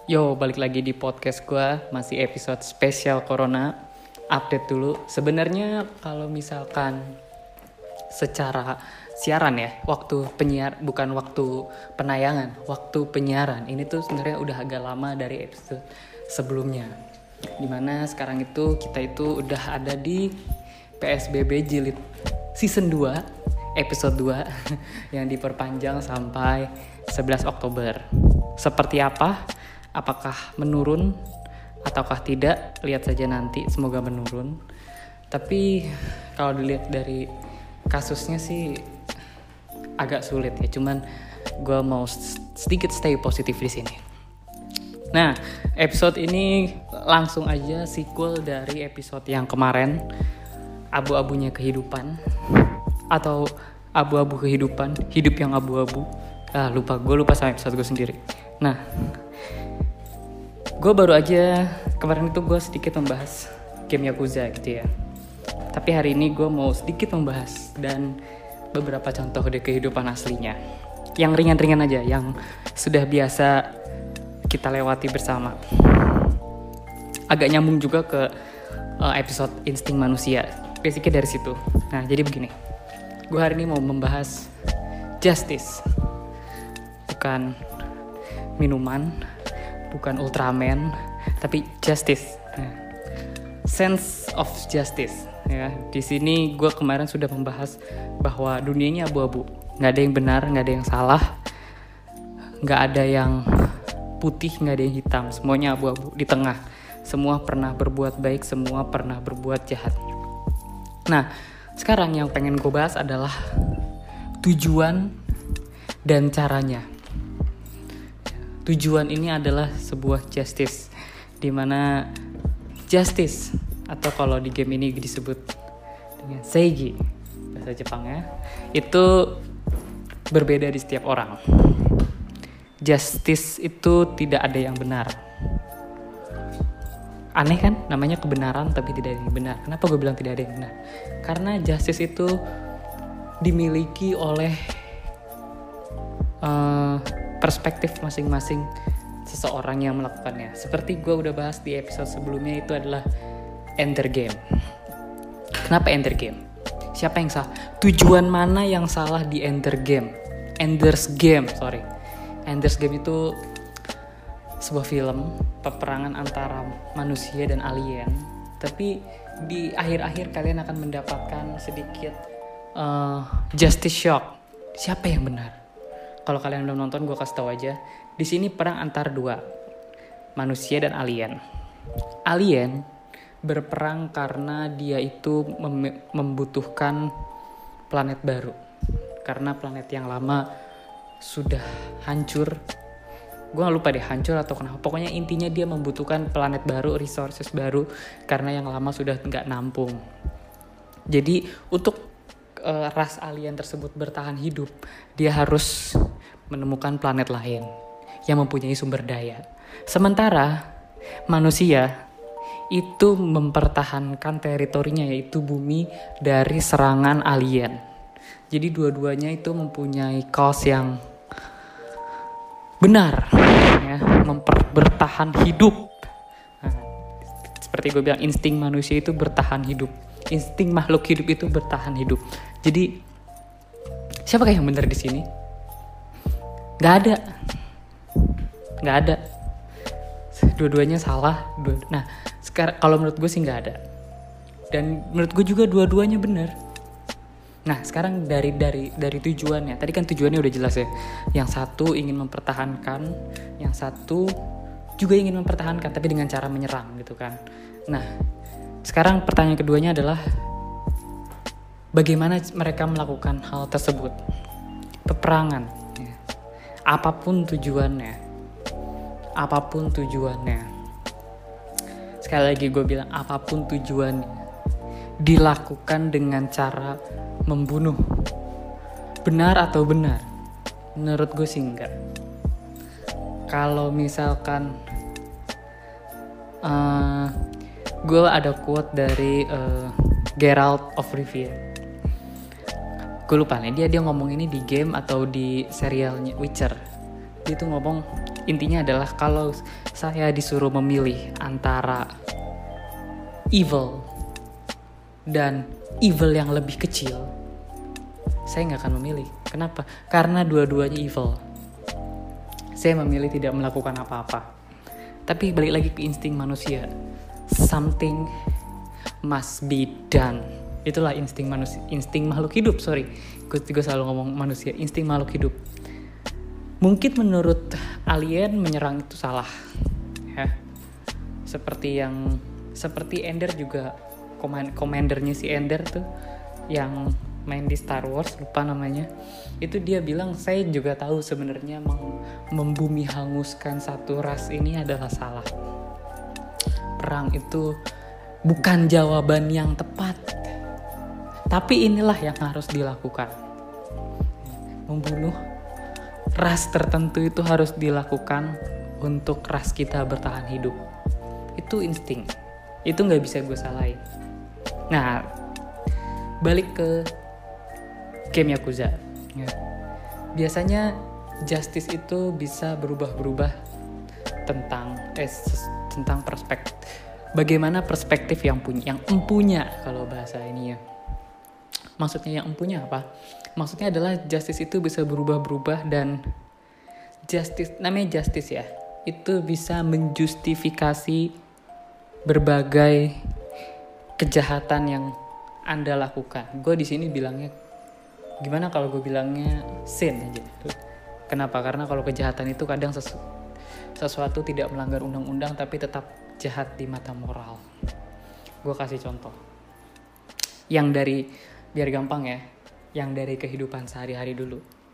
Yo, balik lagi di podcast gue, masih episode spesial Corona. Update dulu. Sebenarnya kalau misalkan secara siaran ya, waktu penyiar bukan waktu penayangan, waktu penyiaran. Ini tuh sebenarnya udah agak lama dari episode sebelumnya. Dimana sekarang itu kita itu udah ada di PSBB jilid season 2, episode 2 yang diperpanjang sampai 11 Oktober. Seperti apa? Apakah menurun ataukah tidak? Lihat saja nanti, semoga menurun. Tapi kalau dilihat dari kasusnya sih agak sulit ya. Cuman gue mau sedikit stay positif di sini. Nah, episode ini langsung aja sequel dari episode yang kemarin, abu-abunya kehidupan atau abu-abu kehidupan, hidup yang abu-abu. Gue lupa sama episode gue sendiri. Nah, gue baru aja kemarin itu gue sedikit membahas game Yakuza gitu ya. Tapi hari ini gue mau sedikit membahas dan beberapa contoh dari kehidupan aslinya. Yang ringan-ringan aja, yang sudah biasa kita lewati bersama. Agak nyambung juga ke episode insting manusia. Basicnya dari situ. Nah, jadi begini. Gue hari ini mau membahas justice. Bukan minuman, bukan Ultraman, tapi justice. Sense of justice. Ya, di sini gue kemarin sudah membahas bahwa dunia ini abu-abu. Nggak ada yang benar, nggak ada yang salah, nggak ada yang putih, nggak ada yang hitam. Semuanya abu-abu di tengah. Semua pernah berbuat baik, semua pernah berbuat jahat. Nah, sekarang yang pengen gue bahas adalah tujuan dan caranya. Tujuan ini adalah sebuah justice, di mana justice atau kalau di game ini disebut dengan seigi bahasa Jepangnya, itu berbeda di setiap orang. Justice itu tidak ada yang benar. Aneh kan, namanya kebenaran tapi tidak ada yang benar. Kenapa gue bilang tidak ada yang benar? Karena justice itu dimiliki oleh perspektif masing-masing seseorang yang melakukannya. Seperti gue udah bahas di episode sebelumnya, itu adalah ender game. Kenapa ender game? Siapa yang salah? Tujuan mana yang salah di ender game? Ender's Game itu sebuah film peperangan antara manusia dan alien. Tapi di akhir-akhir kalian akan mendapatkan sedikit justice shock. Siapa yang benar? Kalau kalian belum nonton, gue kasih tahu aja. Di sini perang antar dua, manusia dan alien. Alien berperang karena dia itu membutuhkan planet baru. Karena planet yang lama sudah hancur. Gue gak lupa deh hancur atau kenapa. Pokoknya intinya dia membutuhkan planet baru, resources baru. Karena yang lama sudah gak nampung. Jadi untuk ras alien tersebut bertahan hidup, dia harus menemukan planet lain yang mempunyai sumber daya. Sementara manusia itu mempertahankan teritorinya, yaitu bumi, dari serangan alien. Jadi dua-duanya itu mempunyai cause yang benar, ya, bertahan hidup. Nah, seperti gue bilang, insting manusia itu bertahan hidup. Insting makhluk hidup itu bertahan hidup. Jadi siapa yang benar di sini? Gak ada. Dua-duanya salah. Nah, sekarang kalau menurut gue sih gak ada. Dan menurut gue juga dua-duanya benar. Nah, sekarang dari tujuannya. Tadi kan tujuannya udah jelas ya. Yang satu ingin mempertahankan, yang satu juga ingin mempertahankan tapi dengan cara menyerang gitu kan. Nah, sekarang pertanyaan keduanya adalah bagaimana mereka melakukan hal tersebut? Peperangan. Ya. Apapun tujuannya. Sekali lagi gue bilang, apapun tujuannya, dilakukan dengan cara membunuh. Benar atau benar? Menurut gue sih enggak. Kalau misalkan gue ada quote dari Geralt of Rivia. Gue lupa nih dia ngomong ini di game atau di serialnya Witcher. dia tuh ngomong, intinya adalah kalau saya disuruh memilih antara evil dan evil yang lebih kecil, saya nggak akan memilih. Kenapa? Karena dua-duanya evil. Saya memilih tidak melakukan apa-apa. Tapi balik lagi ke insting manusia, something must be done. Itulah insting manusia, insting makhluk hidup. Gue selalu ngomong manusia, insting makhluk hidup. Mungkin menurut alien menyerang itu salah, ya. Seperti Ender juga, komandernya si Ender tuh yang main di Star Wars, lupa namanya. Itu dia bilang, saya juga tahu sebenarnya membumi hanguskan satu ras ini adalah salah. Perang itu bukan jawaban yang tepat, tapi inilah yang harus dilakukan. Membunuh ras tertentu itu harus dilakukan untuk ras kita bertahan hidup. Itu insting, itu gak bisa gue salahin. Nah, balik ke game Yakuza. Biasanya justice itu bisa berubah-berubah tentang perspektif. Bagaimana perspektif yang empunya kalau bahasa ini ya. Maksudnya yang empunya apa? Maksudnya adalah justice itu bisa berubah-berubah, dan namanya justice ya, itu bisa menjustifikasi berbagai kejahatan yang Anda lakukan. Gue di sini bilangnya, gimana kalau gue bilangnya sin aja. Kenapa? Karena kalau kejahatan itu kadang sesuatu tidak melanggar undang-undang tapi tetap jahat di mata moral. Gue kasih contoh yang dari, biar gampang ya, yang dari kehidupan sehari-hari dulu.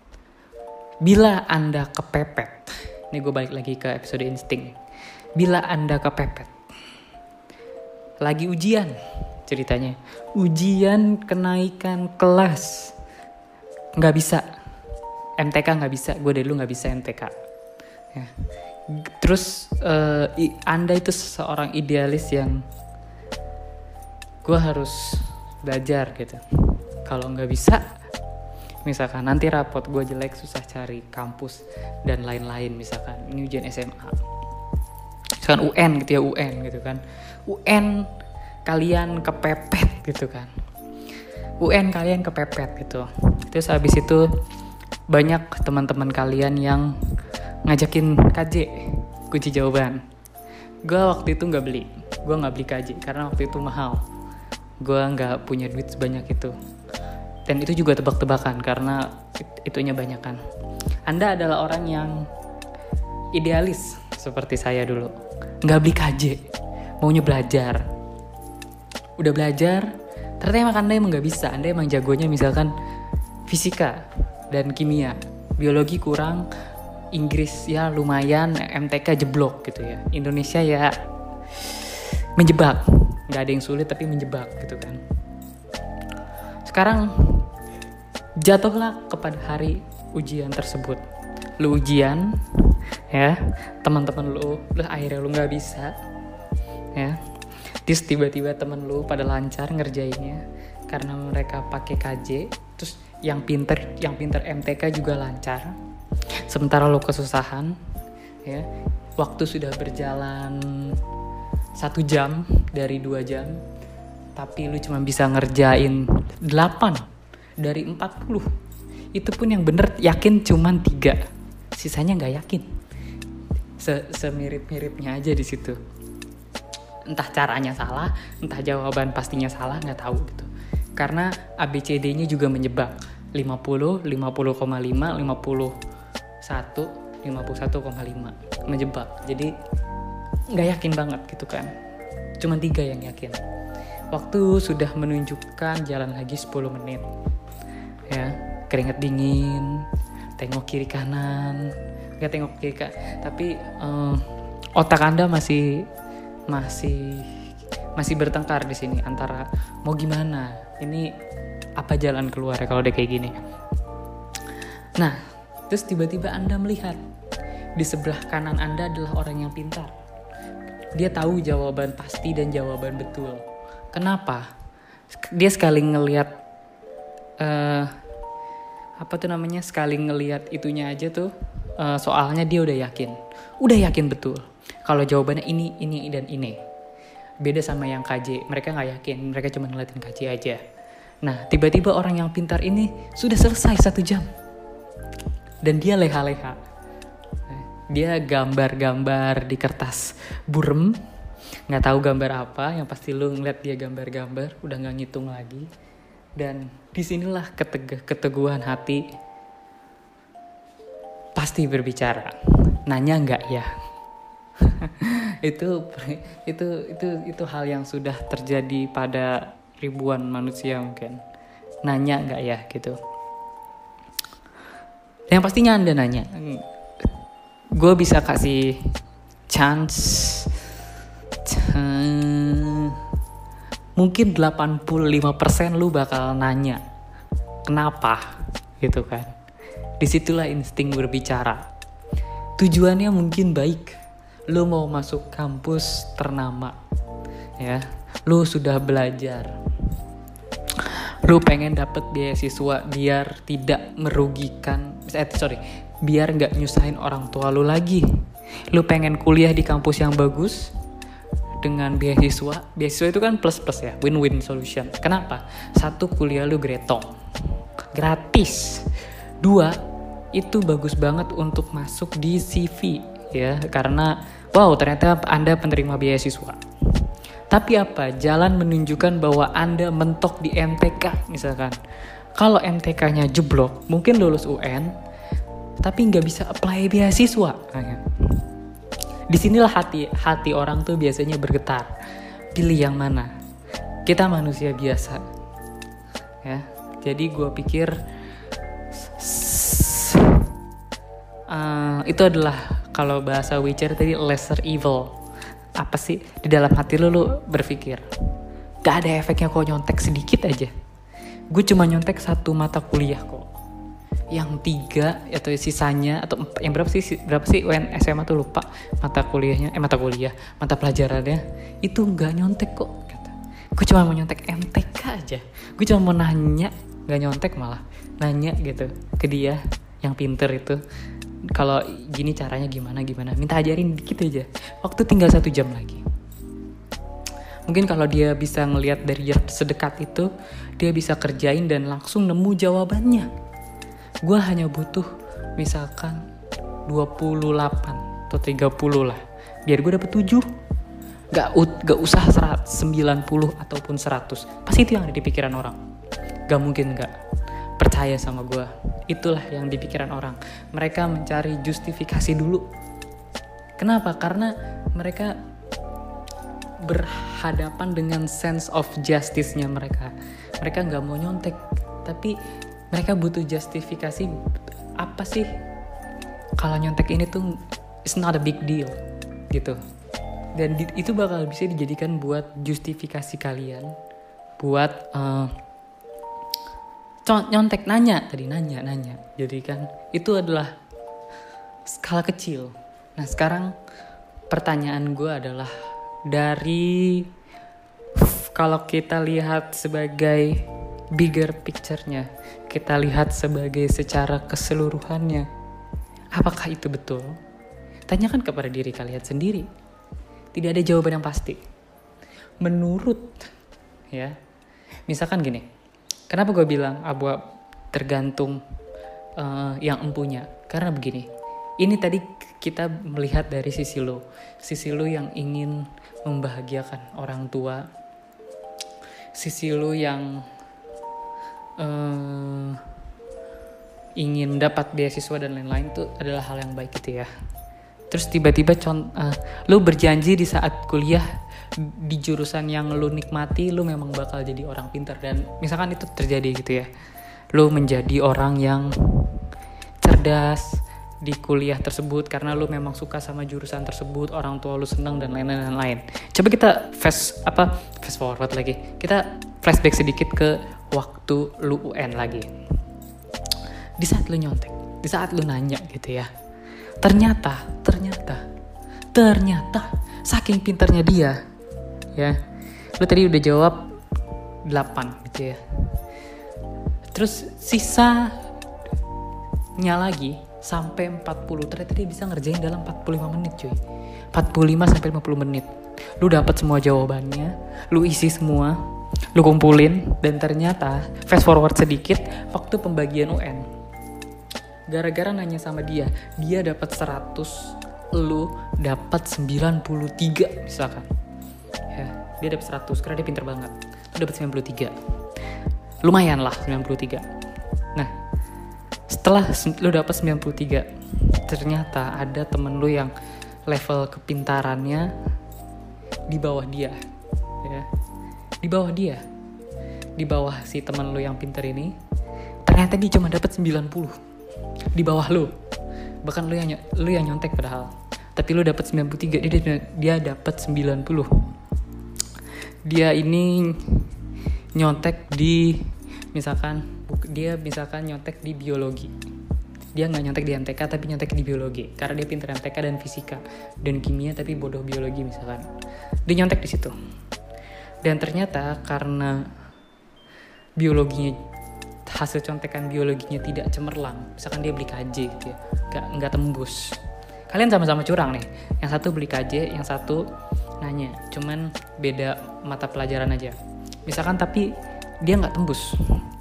Bila Anda kepepet, ini gue balik lagi ke episode insting. Bila Anda kepepet, lagi ujian ceritanya, ujian kenaikan kelas, nggak bisa, MTK nggak bisa, gue dari dulu nggak bisa MTK. Ya. Terus Anda itu seorang idealis yang gue harus belajar gitu. Kalau nggak bisa, misalkan nanti rapot gue jelek, susah cari kampus dan lain-lain. Misalkan ini ujian SMA, misalkan UN gitu ya, UN gitu kan, UN kalian kepepet gitu kan, UN kalian kepepet gitu. Terus habis itu banyak teman-teman kalian yang ngajakin KJ, kunci jawaban. Gue waktu itu nggak beli KJ karena waktu itu mahal. Gue nggak punya duit sebanyak itu. Dan itu juga tebak-tebakan karena itunya banyak kan. Anda adalah orang yang idealis seperti saya dulu. Nggak beli KJ, maunya belajar. Udah belajar, ternyata Anda emang nggak bisa. Anda emang jagonya misalkan fisika dan kimia. Biologi kurang, Inggris ya lumayan, MTK jeblok gitu ya. Indonesia ya menjebak. Nggak ada yang sulit tapi menjebak gitu kan. Sekarang jatuhlah kepada hari ujian tersebut. Lu ujian ya, teman-teman lu akhirnya lu nggak bisa ya. Terus tiba-tiba temen lu pada lancar ngerjainnya karena mereka pakai KJ. Terus yang pinter MTK juga lancar. Sementara lu kesusahan ya. Waktu sudah berjalan 1 jam dari 2 jam, tapi lu cuma bisa ngerjain 8 dari 40. Itu pun yang bener yakin cuman 3, sisanya nggak yakin. Semirip-miripnya aja di situ. Entah caranya salah, entah jawaban pastinya salah, nggak tahu gitu. Karena ABCD-nya juga menjebak. 50, 50,5, 51, 51,5 menjebak. Jadi nggak yakin banget gitu kan. Cuman 3 yang yakin. Waktu sudah menunjukkan jalan lagi 10 menit. Ya, keringat dingin, tengok kiri kanan, nggak tengok kiri kanan, tapi otak Anda masih bertengkar di sini antara mau gimana, ini apa jalan keluar ya kalau udah kayak gini. Nah, terus tiba-tiba Anda melihat di sebelah kanan Anda adalah orang yang pintar. Dia tahu jawaban pasti dan jawaban betul. Kenapa? Dia sekali ngelihat sekali ngelihat itunya aja tuh, soalnya dia udah yakin betul kalau jawabannya ini dan ini. Beda sama yang KJ, mereka nggak yakin, mereka cuma ngeliatin KJ aja. Nah, tiba-tiba orang yang pintar ini sudah selesai 1 jam dan dia leha-leha. Dia gambar-gambar di kertas burem, nggak tahu gambar apa, yang pasti lu ngeliat dia gambar-gambar, udah nggak ngitung lagi. Dan disinilah keteguhan hati pasti berbicara. Nanya nggak ya? itu hal yang sudah terjadi pada ribuan manusia mungkin. Nanya nggak ya gitu. Yang pastinya Anda nanya. Gue bisa kasih chance mungkin 85% lu bakal nanya kenapa gitu kan. Disitulah insting berbicara. Tujuannya mungkin baik. Lu mau masuk kampus ternama, ya. Lu sudah belajar. Lu pengen dapet beasiswa biar tidak merugikan, biar nggak nyusahin orang tua lu lagi. Lu pengen kuliah di kampus yang bagus dengan beasiswa. Beasiswa itu kan plus ya, win-win solution. Kenapa? 1, kuliah lu gretong, gratis. 2, itu bagus banget untuk masuk di CV. Ya, karena wow ternyata Anda penerima beasiswa. Tapi apa? Jalan menunjukkan bahwa Anda mentok di MTK misalkan. Kalau MTK-nya jeblok, mungkin lulus UN, tapi nggak bisa apply beasiswa. Disinilah hati orang tuh biasanya bergetar. Pilih yang mana? Kita manusia biasa, ya. Jadi gue pikir itu adalah, kalau bahasa Witcher tadi, lesser evil. Apa sih di dalam hati lu berpikir gak ada efeknya kok nyontek sedikit aja. Gue cuma nyontek 1 mata kuliah kok, yang 3 atau sisanya atau yang berapa sih UN SMA tuh lupa mata pelajarannya itu gak nyontek kok kata. Gue cuma mau nyontek MTK aja. Gue cuma mau nanya, gak nyontek malah nanya gitu ke dia yang pinter itu, kalau gini caranya gimana, minta ajarin dikit aja. Waktu tinggal 1 jam lagi. Mungkin kalau dia bisa ngelihat dari jarak sedekat itu, dia bisa kerjain dan langsung nemu jawabannya. Gue hanya butuh misalkan 28 atau 30 lah, biar gue dapet 7. Gak usah 90 ataupun 100. Pasti itu yang ada di pikiran orang. Gak mungkin gak. Percaya sama gue, itulah yang di pikiran orang. Mereka mencari justifikasi dulu. Kenapa? Karena mereka berhadapan dengan sense of justice-nya mereka. Mereka gak mau nyontek, tapi mereka butuh justifikasi. Apa sih kalau nyontek ini tuh it's not a big deal gitu. Dan itu bakal bisa dijadikan buat justifikasi kalian buat nyontek, nanya. Jadi kan itu adalah skala kecil. Nah sekarang pertanyaan gue adalah, dari kalau kita lihat sebagai bigger picture-nya, kita lihat sebagai secara keseluruhannya, apakah itu betul? Tanyakan kepada diri kalian sendiri. Tidak ada jawaban yang pasti. Menurut ya, misalkan gini. Kenapa gue bilang tergantung yang empunya? Karena begini, ini tadi kita melihat dari sisi lo yang ingin membahagiakan orang tua, sisi lo yang ingin dapat beasiswa dan lain-lain, itu adalah hal yang baik gitu ya. Terus tiba-tiba lo berjanji di saat kuliah di jurusan yang lu nikmati, lu memang bakal jadi orang pintar. Dan misalkan itu terjadi gitu ya, lu menjadi orang yang cerdas di kuliah tersebut karena lu memang suka sama jurusan tersebut, orang tua lu senang dan lain-lain. Coba kita fast forward lagi, kita flashback sedikit ke waktu lu UN lagi. Di saat lu nyontek, di saat lu nanya gitu ya, ternyata saking pintarnya dia ya, lu tadi udah jawab 8 gitu ya, terus sisanya lagi sampai 40. Ternyata dia bisa ngerjain dalam 45 menit cuy. 45 sampai 50 menit. Lu dapat semua jawabannya, lu isi semua, lu kumpulin, dan ternyata fast forward sedikit waktu pembagian UN. Gara-gara nanya sama dia dapat 100, lu dapat 93 misalkan. Ya, dia dapat 100 karena dia pinter banget. Lu dapat 93. Lumayan lah 93. Nah, setelah lu dapat 93, ternyata ada temen lu yang level kepintarannya di bawah dia. Ya. Di bawah si temen lu yang pinter ini, ternyata dia cuma dapat 90. Di bawah lu. Bahkan lu yang nyontek padahal. Tapi lu dapat 93, dia dapat 90. Dia ini nyontek di misalkan nyontek di biologi. Dia nggak nyontek di MTK tapi nyontek di biologi karena dia pintar MTK dan fisika dan kimia tapi bodoh biologi misalkan. Dia nyontek di situ. Dan ternyata karena hasil contekan biologinya tidak cemerlang, misalkan dia beli KJ gitu ya, nggak tembus. Kalian sama-sama curang nih. Yang satu beli KJ, yang satu nanya, cuman beda mata pelajaran aja. Misalkan tapi dia nggak tembus.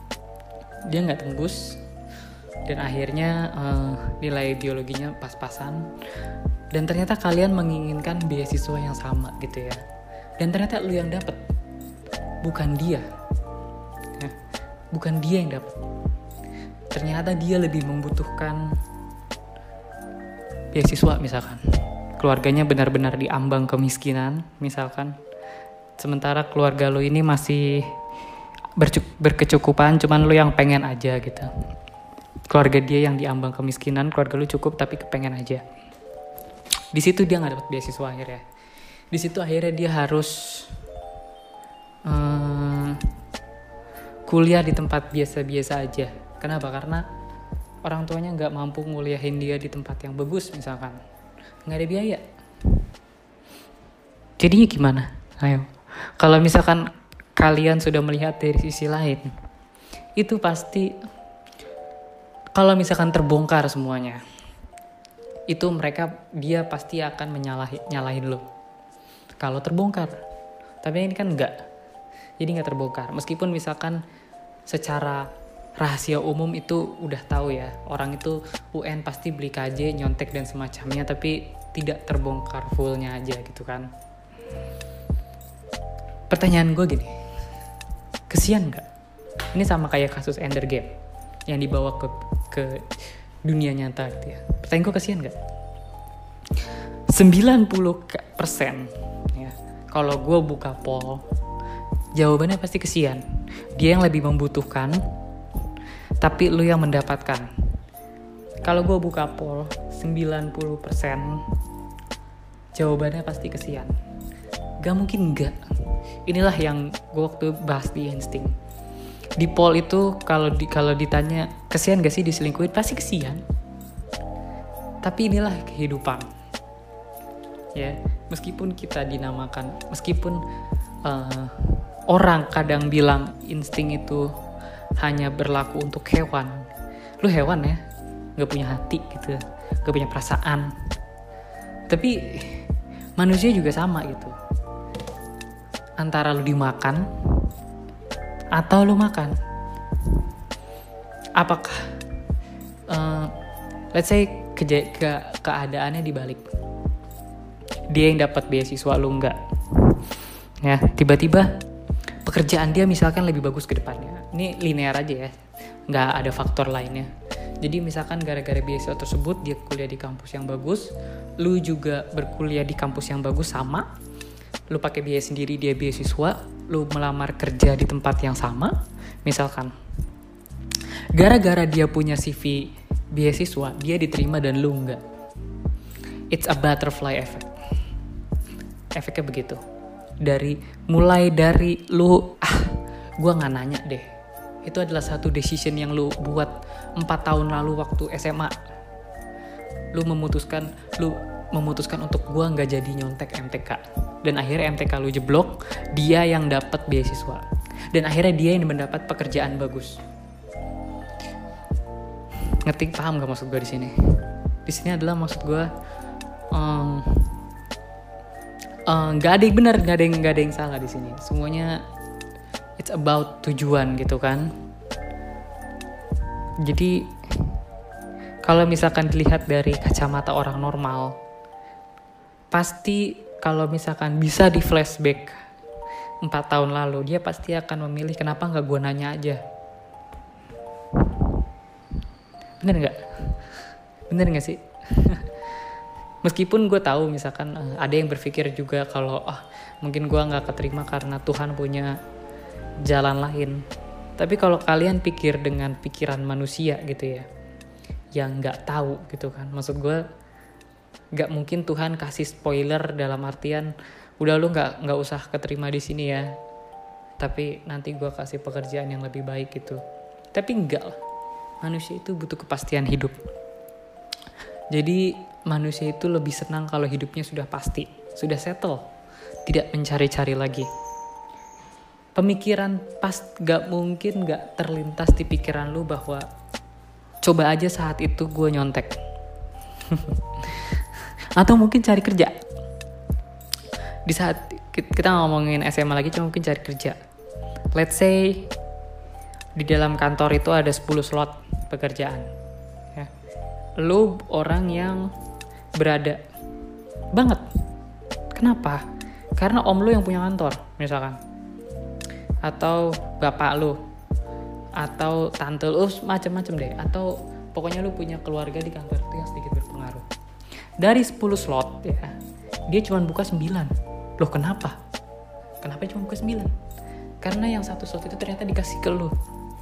Dan akhirnya nilai biologinya pas-pasan. Dan ternyata kalian menginginkan beasiswa yang sama gitu ya. Dan ternyata lu yang dapat, bukan dia. Bukan dia yang dapat. Ternyata dia lebih membutuhkan beasiswa misalkan. Keluarganya benar-benar di ambang kemiskinan misalkan. Sementara keluarga lu ini masih berkecukupan, cuman lu yang pengen aja gitu. Keluarga dia yang diambang kemiskinan, keluarga lu cukup tapi kepengen aja. Di situ dia nggak dapat beasiswa akhirnya. Di situ akhirnya dia harus kuliah di tempat biasa-biasa aja. Kenapa? Karena orang tuanya nggak mampu nguliahin dia di tempat yang bagus misalkan. Nggak ada biaya. Jadinya gimana? Ayo. Kalau misalkan kalian sudah melihat dari sisi lain, itu pasti kalau misalkan terbongkar semuanya, itu dia pasti akan nyalahin lo. Kalau terbongkar, tapi ini kan enggak, jadi nggak terbongkar. Meskipun misalkan secara rahasia umum itu udah tahu ya, orang itu UN pasti beli KJ, nyontek dan semacamnya, tapi tidak terbongkar fullnya aja gitu kan. Pertanyaan gue gini, kesian nggak? Ini sama kayak kasus Ender Game yang dibawa ke dunia nyata gitu ya. Pertanyaan gue, kesian nggak? 90% ya, kalau gue buka poll, jawabannya pasti kesian. Dia yang lebih membutuhkan, tapi lu yang mendapatkan. Kalau gue buka poll, 90% jawabannya pasti kesian. Gak mungkin enggak. Inilah yang gue waktu bahas di Insting. Di poll itu kalau ditanya kesian gak sih diselingkuhin, pasti kesian. Tapi inilah kehidupan. Ya, meskipun kita dinamakan, meskipun orang kadang bilang insting itu hanya berlaku untuk hewan. Lu hewan ya, gak punya hati gitu, gak punya perasaan. Tapi manusia juga sama gitu. Antara lu dimakan atau lu makan. Apakah let's say keadaannya dibalik. Dia yang dapat beasiswa, lu enggak. Ya, tiba-tiba pekerjaan dia misalkan lebih bagus ke depannya. Ini linear aja ya, nggak ada faktor lainnya. Jadi misalkan gara-gara beasiswa tersebut dia kuliah di kampus yang bagus, lu juga berkuliah di kampus yang bagus sama, lu pakai biaya sendiri, dia beasiswa, lu melamar kerja di tempat yang sama, misalkan. Gara-gara dia punya CV beasiswa, dia diterima dan lu enggak. It's a butterfly effect. Efeknya begitu. Mulai dari lu, gue gak nanya deh. Itu adalah satu decision yang lu buat 4 tahun lalu waktu SMA. Lu memutuskan untuk gue gak jadi nyontek MTK. Dan akhirnya MTK lu jeblok, dia yang dapat beasiswa. Dan akhirnya dia yang mendapat pekerjaan bagus. ngerti, paham gak maksud gue di sini? Di sini adalah maksud gue nggak ada yang benar, nggak ada yang salah di sini. Semuanya it's about tujuan gitu kan. Jadi kalau misalkan dilihat dari kacamata orang normal, pasti kalau misalkan bisa di flashback 4 tahun lalu, dia pasti akan memilih kenapa nggak gue nanya aja. Bener nggak sih? Meskipun gue tahu misalkan ada yang berpikir juga kalau mungkin gue nggak keterima karena Tuhan punya jalan lain. Tapi kalau kalian pikir dengan pikiran manusia gitu ya, yang nggak tahu gitu kan, maksud gue nggak mungkin Tuhan kasih spoiler dalam artian udah lu nggak usah keterima di sini ya, tapi nanti gue kasih pekerjaan yang lebih baik gitu. Tapi enggak lah, manusia itu butuh kepastian hidup. Jadi manusia itu lebih senang kalau hidupnya sudah pasti, sudah settle, tidak mencari-cari lagi. Pemikiran gak mungkin gak terlintas di pikiran lu bahwa coba aja saat itu gue nyontek. Atau mungkin cari kerja. Di saat kita ngomongin SMA lagi, cuma mungkin cari kerja. Let's say di dalam kantor itu ada 10 slot pekerjaan. Ya. Lu orang yang berada banget. Kenapa? Karena om lu yang punya kantor misalkan, atau bapak lu, atau tante lu, macam-macam deh, atau pokoknya lu punya keluarga di kantor itu yang sedikit berpengaruh. Dari 10 slot ya, dia cuma buka 9. Loh kenapa? Kenapa cuma buka 9? Karena yang satu slot itu ternyata dikasih ke lu.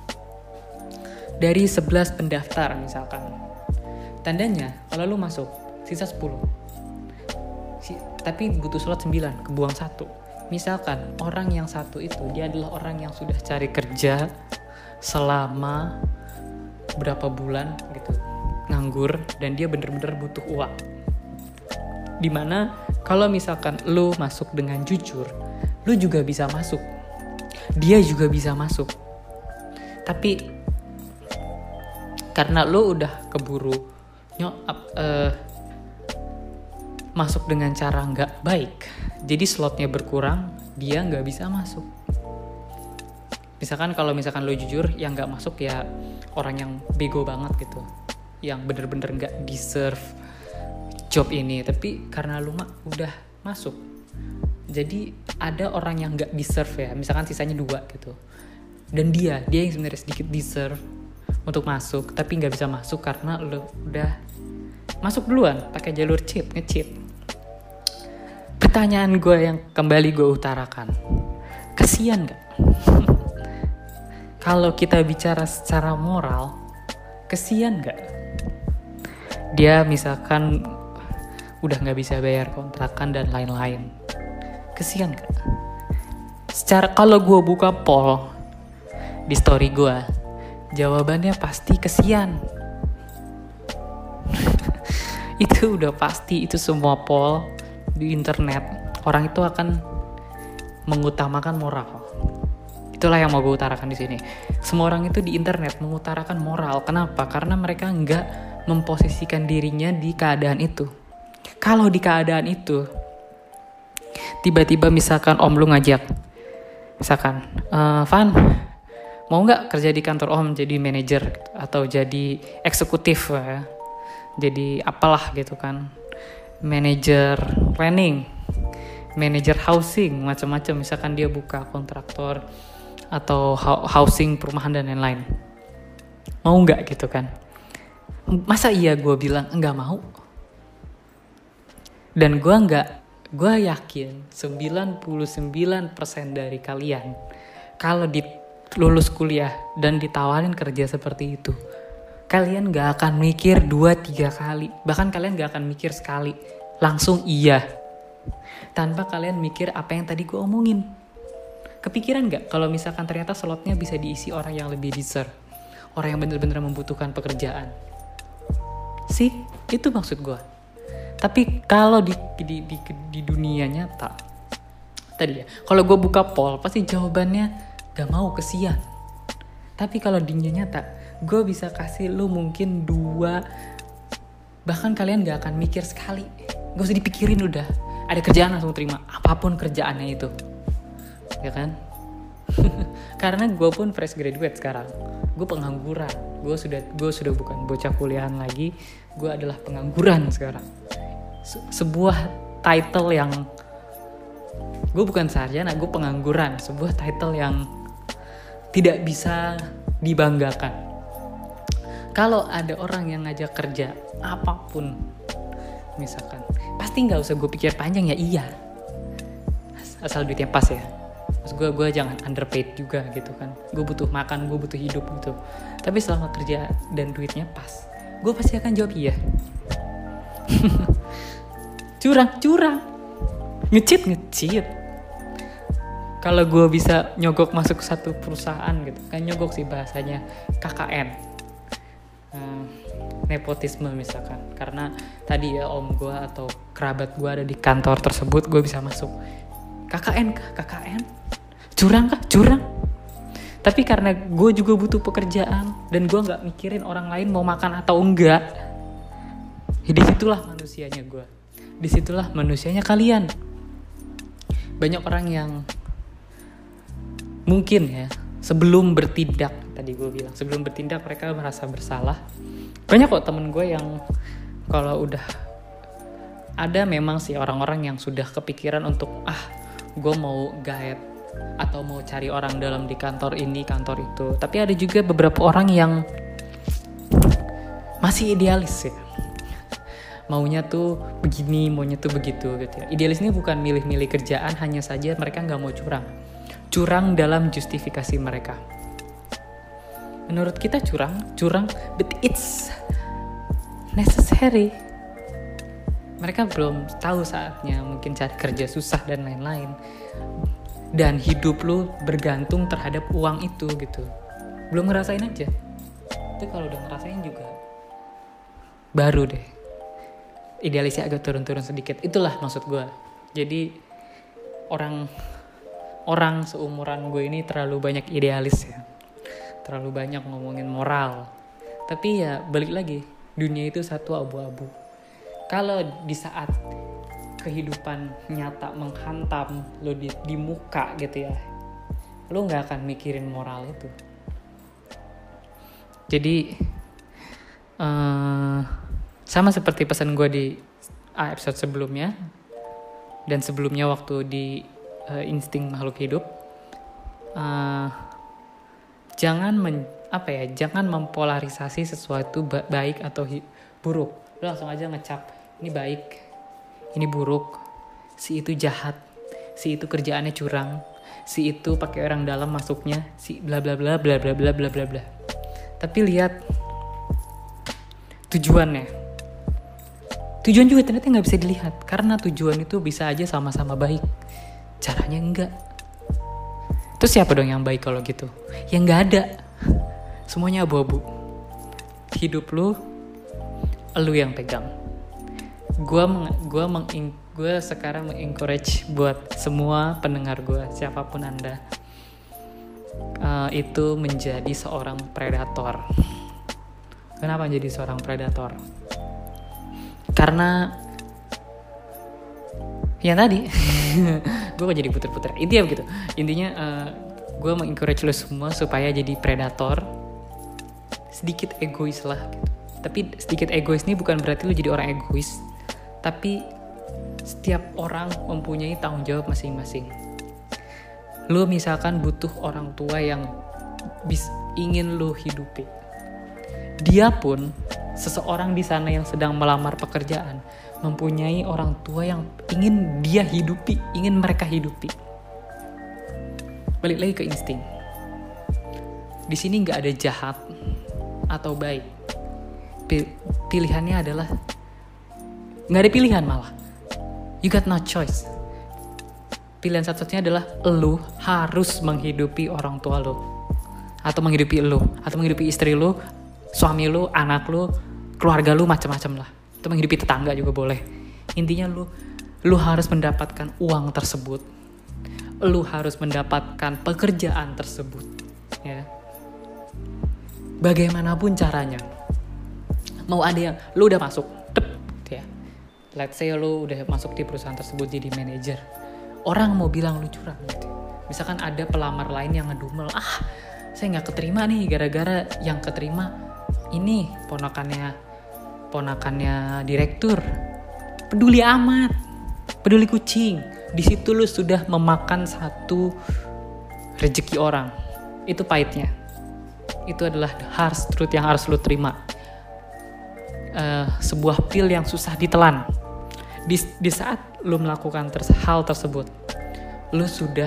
Dari 11 pendaftar misalkan, tandanya kalau lu masuk sisa 10, tapi butuh slot 9, kebuang 1. Misalkan orang yang satu itu dia adalah orang yang sudah cari kerja selama berapa bulan gitu, nganggur, dan dia bener-bener butuh uang. Dimana kalau misalkan lu masuk dengan jujur, lu juga bisa masuk, dia juga bisa masuk. Tapi karena lu udah keburu masuk dengan cara nggak baik, jadi slotnya berkurang, dia nggak bisa masuk. Misalkan kalau misalkan lo jujur, yang nggak masuk ya orang yang bego banget gitu, yang bener-bener nggak deserve job ini. Tapi karena lo udah masuk, jadi ada orang yang nggak deserve ya, misalkan sisanya 2 gitu, dan dia yang sebenarnya sedikit deserve untuk masuk, tapi nggak bisa masuk karena lo udah masuk duluan pakai jalur nge-cheat. Pertanyaan gue yang kembali gue utarakan, kasian gak? Kalau kita bicara secara moral, kasian gak? Dia misalkan udah gak bisa bayar kontrakan dan lain-lain, kasian gak? Secara kalau gue buka poll di story gue, jawabannya pasti kasian. Itu udah pasti, itu semua poll di internet, orang itu akan mengutamakan moral. Itulah yang mau gue utarakan di sini. Semua orang itu di internet mengutarakan moral. Kenapa? Karena mereka nggak memposisikan dirinya di keadaan itu. Kalau di keadaan itu, tiba-tiba misalkan om lu ngajak, misalkan, Van, mau nggak kerja di kantor om jadi manajer atau jadi eksekutif ya? Jadi apalah gitu kan, manajer planning, manajer housing, macam-macam. Misalkan dia buka kontraktor atau housing perumahan dan lain-lain, mau nggak gitu kan? Masa iya gue bilang enggak mau? Dan gue yakin 99% dari kalian kalau lulus kuliah dan ditawarin kerja seperti itu, kalian gak akan mikir 2-3 kali. Bahkan kalian gak akan mikir sekali, langsung iya, tanpa kalian mikir apa yang tadi gue omongin. Kepikiran gak kalau misalkan ternyata slotnya bisa diisi orang yang lebih deserve, orang yang benar-benar membutuhkan pekerjaan? Sih, itu maksud gue. Tapi kalau di dunia nyata tadi ya, kalau gue buka poll pasti jawabannya gak mau, kesian. Tapi kalau di dunia nyata, gue bisa kasih lu mungkin 2, bahkan kalian gak akan mikir sekali, gak usah dipikirin, udah ada kerjaan langsung terima, apapun kerjaannya itu, ya kan? Karena gue pun fresh graduate sekarang, gue pengangguran, gue sudah bukan bocah kuliahan lagi, gue adalah pengangguran sekarang. Sebuah title yang gue bukan sarjana, gue pengangguran, sebuah title yang tidak bisa dibanggakan. Kalau ada orang yang ngajak kerja apapun, misalkan, pasti nggak usah gue pikir panjang, ya iya, asal duitnya pas ya. Maksud gue jangan underpaid juga gitu kan. Gue butuh makan, gue butuh hidup gitu. Tapi selama kerja dan duitnya pas, gue pasti akan jawab iya. curang, ngecit. Kalau gue bisa nyogok masuk satu perusahaan gitu kan, nyogok sih bahasanya, KKN, nepotisme misalkan, karena tadi ya om gue atau kerabat gue ada di kantor tersebut, gue bisa masuk. KKN, curang. Tapi karena gue juga butuh pekerjaan dan gue nggak mikirin orang lain mau makan atau enggak, disitulah manusianya gue, disitulah manusianya kalian. Banyak orang yang mungkin ya sebelum bertindak, tadi gue bilang sebelum bertindak mereka merasa bersalah. Banyak kok temen gue yang kalau udah ada memang sih orang-orang yang sudah kepikiran untuk gue mau gaet atau mau cari orang dalam di kantor ini kantor itu. Tapi ada juga beberapa orang yang masih idealis ya, maunya tuh begini, maunya tuh begitu gitu ya. Idealis ini bukan milih-milih kerjaan, hanya saja mereka gak mau curang dalam justifikasi mereka. Menurut kita curang, but it's necessary. Mereka belum tahu saatnya mungkin cari kerja susah dan lain-lain. Dan hidup lu bergantung terhadap uang itu gitu. Belum ngerasain aja. Tapi kalau udah ngerasain juga, baru deh idealisnya agak turun-turun sedikit. Itulah maksud gue. Jadi orang seumuran gue ini terlalu banyak idealis ya, terlalu banyak ngomongin moral. Tapi ya balik lagi, dunia itu satu abu-abu. Kalau di saat kehidupan nyata menghantam lo di muka gitu ya, lo nggak akan mikirin moral itu. Jadi sama seperti pesan gue di episode sebelumnya dan sebelumnya waktu di insting makhluk hidup, jangan mempolarisasi sesuatu baik atau buruk. Lo langsung aja ngecap ini baik, ini buruk, si itu jahat, si itu kerjaannya curang, si itu pakai orang dalam masuknya, si bla bla bla bla bla bla bla bla bla. Tapi lihat tujuannya. Tujuan juga ternyata nggak bisa dilihat, karena tujuan itu bisa aja sama-sama baik, caranya enggak. Terus siapa dong yang baik kalau gitu? Ya nggak ada, semuanya abu-abu. Hidup lu yang pegang. Gue sekarang mengencourage buat semua pendengar gue, siapapun anda, itu menjadi seorang predator. Kenapa menjadi seorang predator? Karena yang tadi gue kok jadi puter-puter. Intinya begitu. Intinya gue mengencourage lo semua supaya jadi predator. Sedikit egois lah gitu. Tapi sedikit egois ini bukan berarti lo jadi orang egois, tapi setiap orang mempunyai tanggung jawab masing-masing. Lo misalkan butuh orang tua yang ingin lo hidupi. Dia pun, seseorang di sana yang sedang melamar pekerjaan, mempunyai orang tua yang ingin dia hidupi, ingin mereka hidupi. Balik lagi ke insting. Di sini nggak ada jahat atau baik. Pilihannya adalah nggak ada pilihan malah. You got no choice. Pilihan satu-satunya adalah lu harus menghidupi orang tua lu, atau menghidupi lu, atau menghidupi istri lu, suami lu, anak lu, keluarga lu, macam-macam lah. Atau menghidupi tetangga juga boleh. Intinya lu harus mendapatkan uang tersebut. Lu harus mendapatkan pekerjaan tersebut, ya. bagaimanapun caranya. Mau ada yang lu udah masuk, gitu ya. Let's say lu udah masuk di perusahaan tersebut jadi manajer. Orang mau bilang lu curang gitu. Misalkan ada pelamar lain yang ngedumel, saya nggak keterima nih gara-gara yang keterima ini ponakannya direktur. Peduli amat, peduli kucing. Di situ lu sudah memakan satu rezeki orang. Itu pahitnya. Itu adalah the harsh truth yang harus lu terima. Sebuah pil yang susah ditelan. Di saat lu melakukan hal tersebut, lu sudah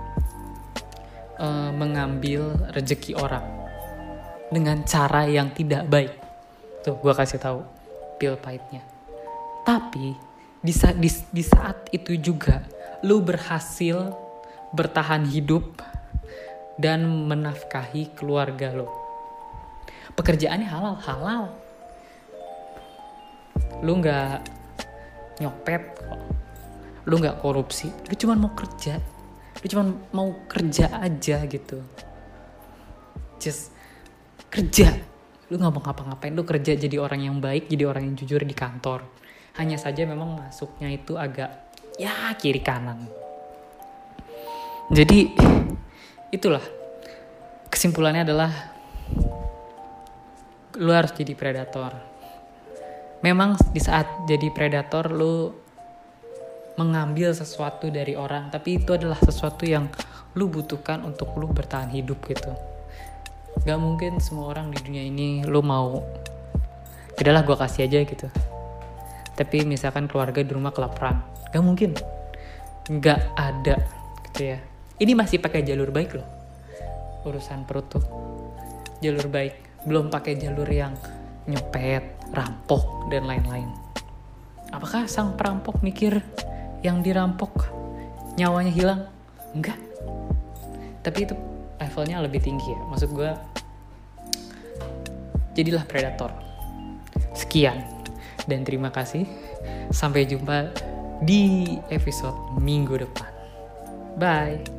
mengambil rezeki orang dengan cara yang tidak baik. Tuh, gue kasih tahu pil pahitnya. Tapi di saat itu juga lu berhasil bertahan hidup dan menafkahi keluarga lu. Pekerjaannya halal. Lu nggak nyopet kok. Lu nggak korupsi. Lu cuma mau kerja. Lu cuma mau kerja aja gitu. Just kerja. Lu nggak mau ngapa-ngapain. Lu kerja jadi orang yang baik, jadi orang yang jujur di kantor. Hanya saja memang masuknya itu agak kiri kanan. Jadi itulah kesimpulannya adalah lu harus jadi predator. Memang di saat jadi predator lu mengambil sesuatu dari orang, tapi itu adalah sesuatu yang lu butuhkan untuk lu bertahan hidup gitu. Gak mungkin semua orang di dunia ini lu mau udahlah gue kasih aja gitu. Tapi misalkan keluarga di rumah kelaparan, gak mungkin. Gak ada gitu ya. Ini masih pakai jalur baik loh. Urusan perut tuh jalur baik, belum pakai jalur yang nyopet, rampok dan lain-lain. Apakah sang perampok mikir yang dirampok nyawanya hilang? Enggak. Tapi itu levelnya lebih tinggi ya. Maksud gue, jadilah predator. Sekian dan terima kasih. Sampai jumpa di episode minggu depan. Bye.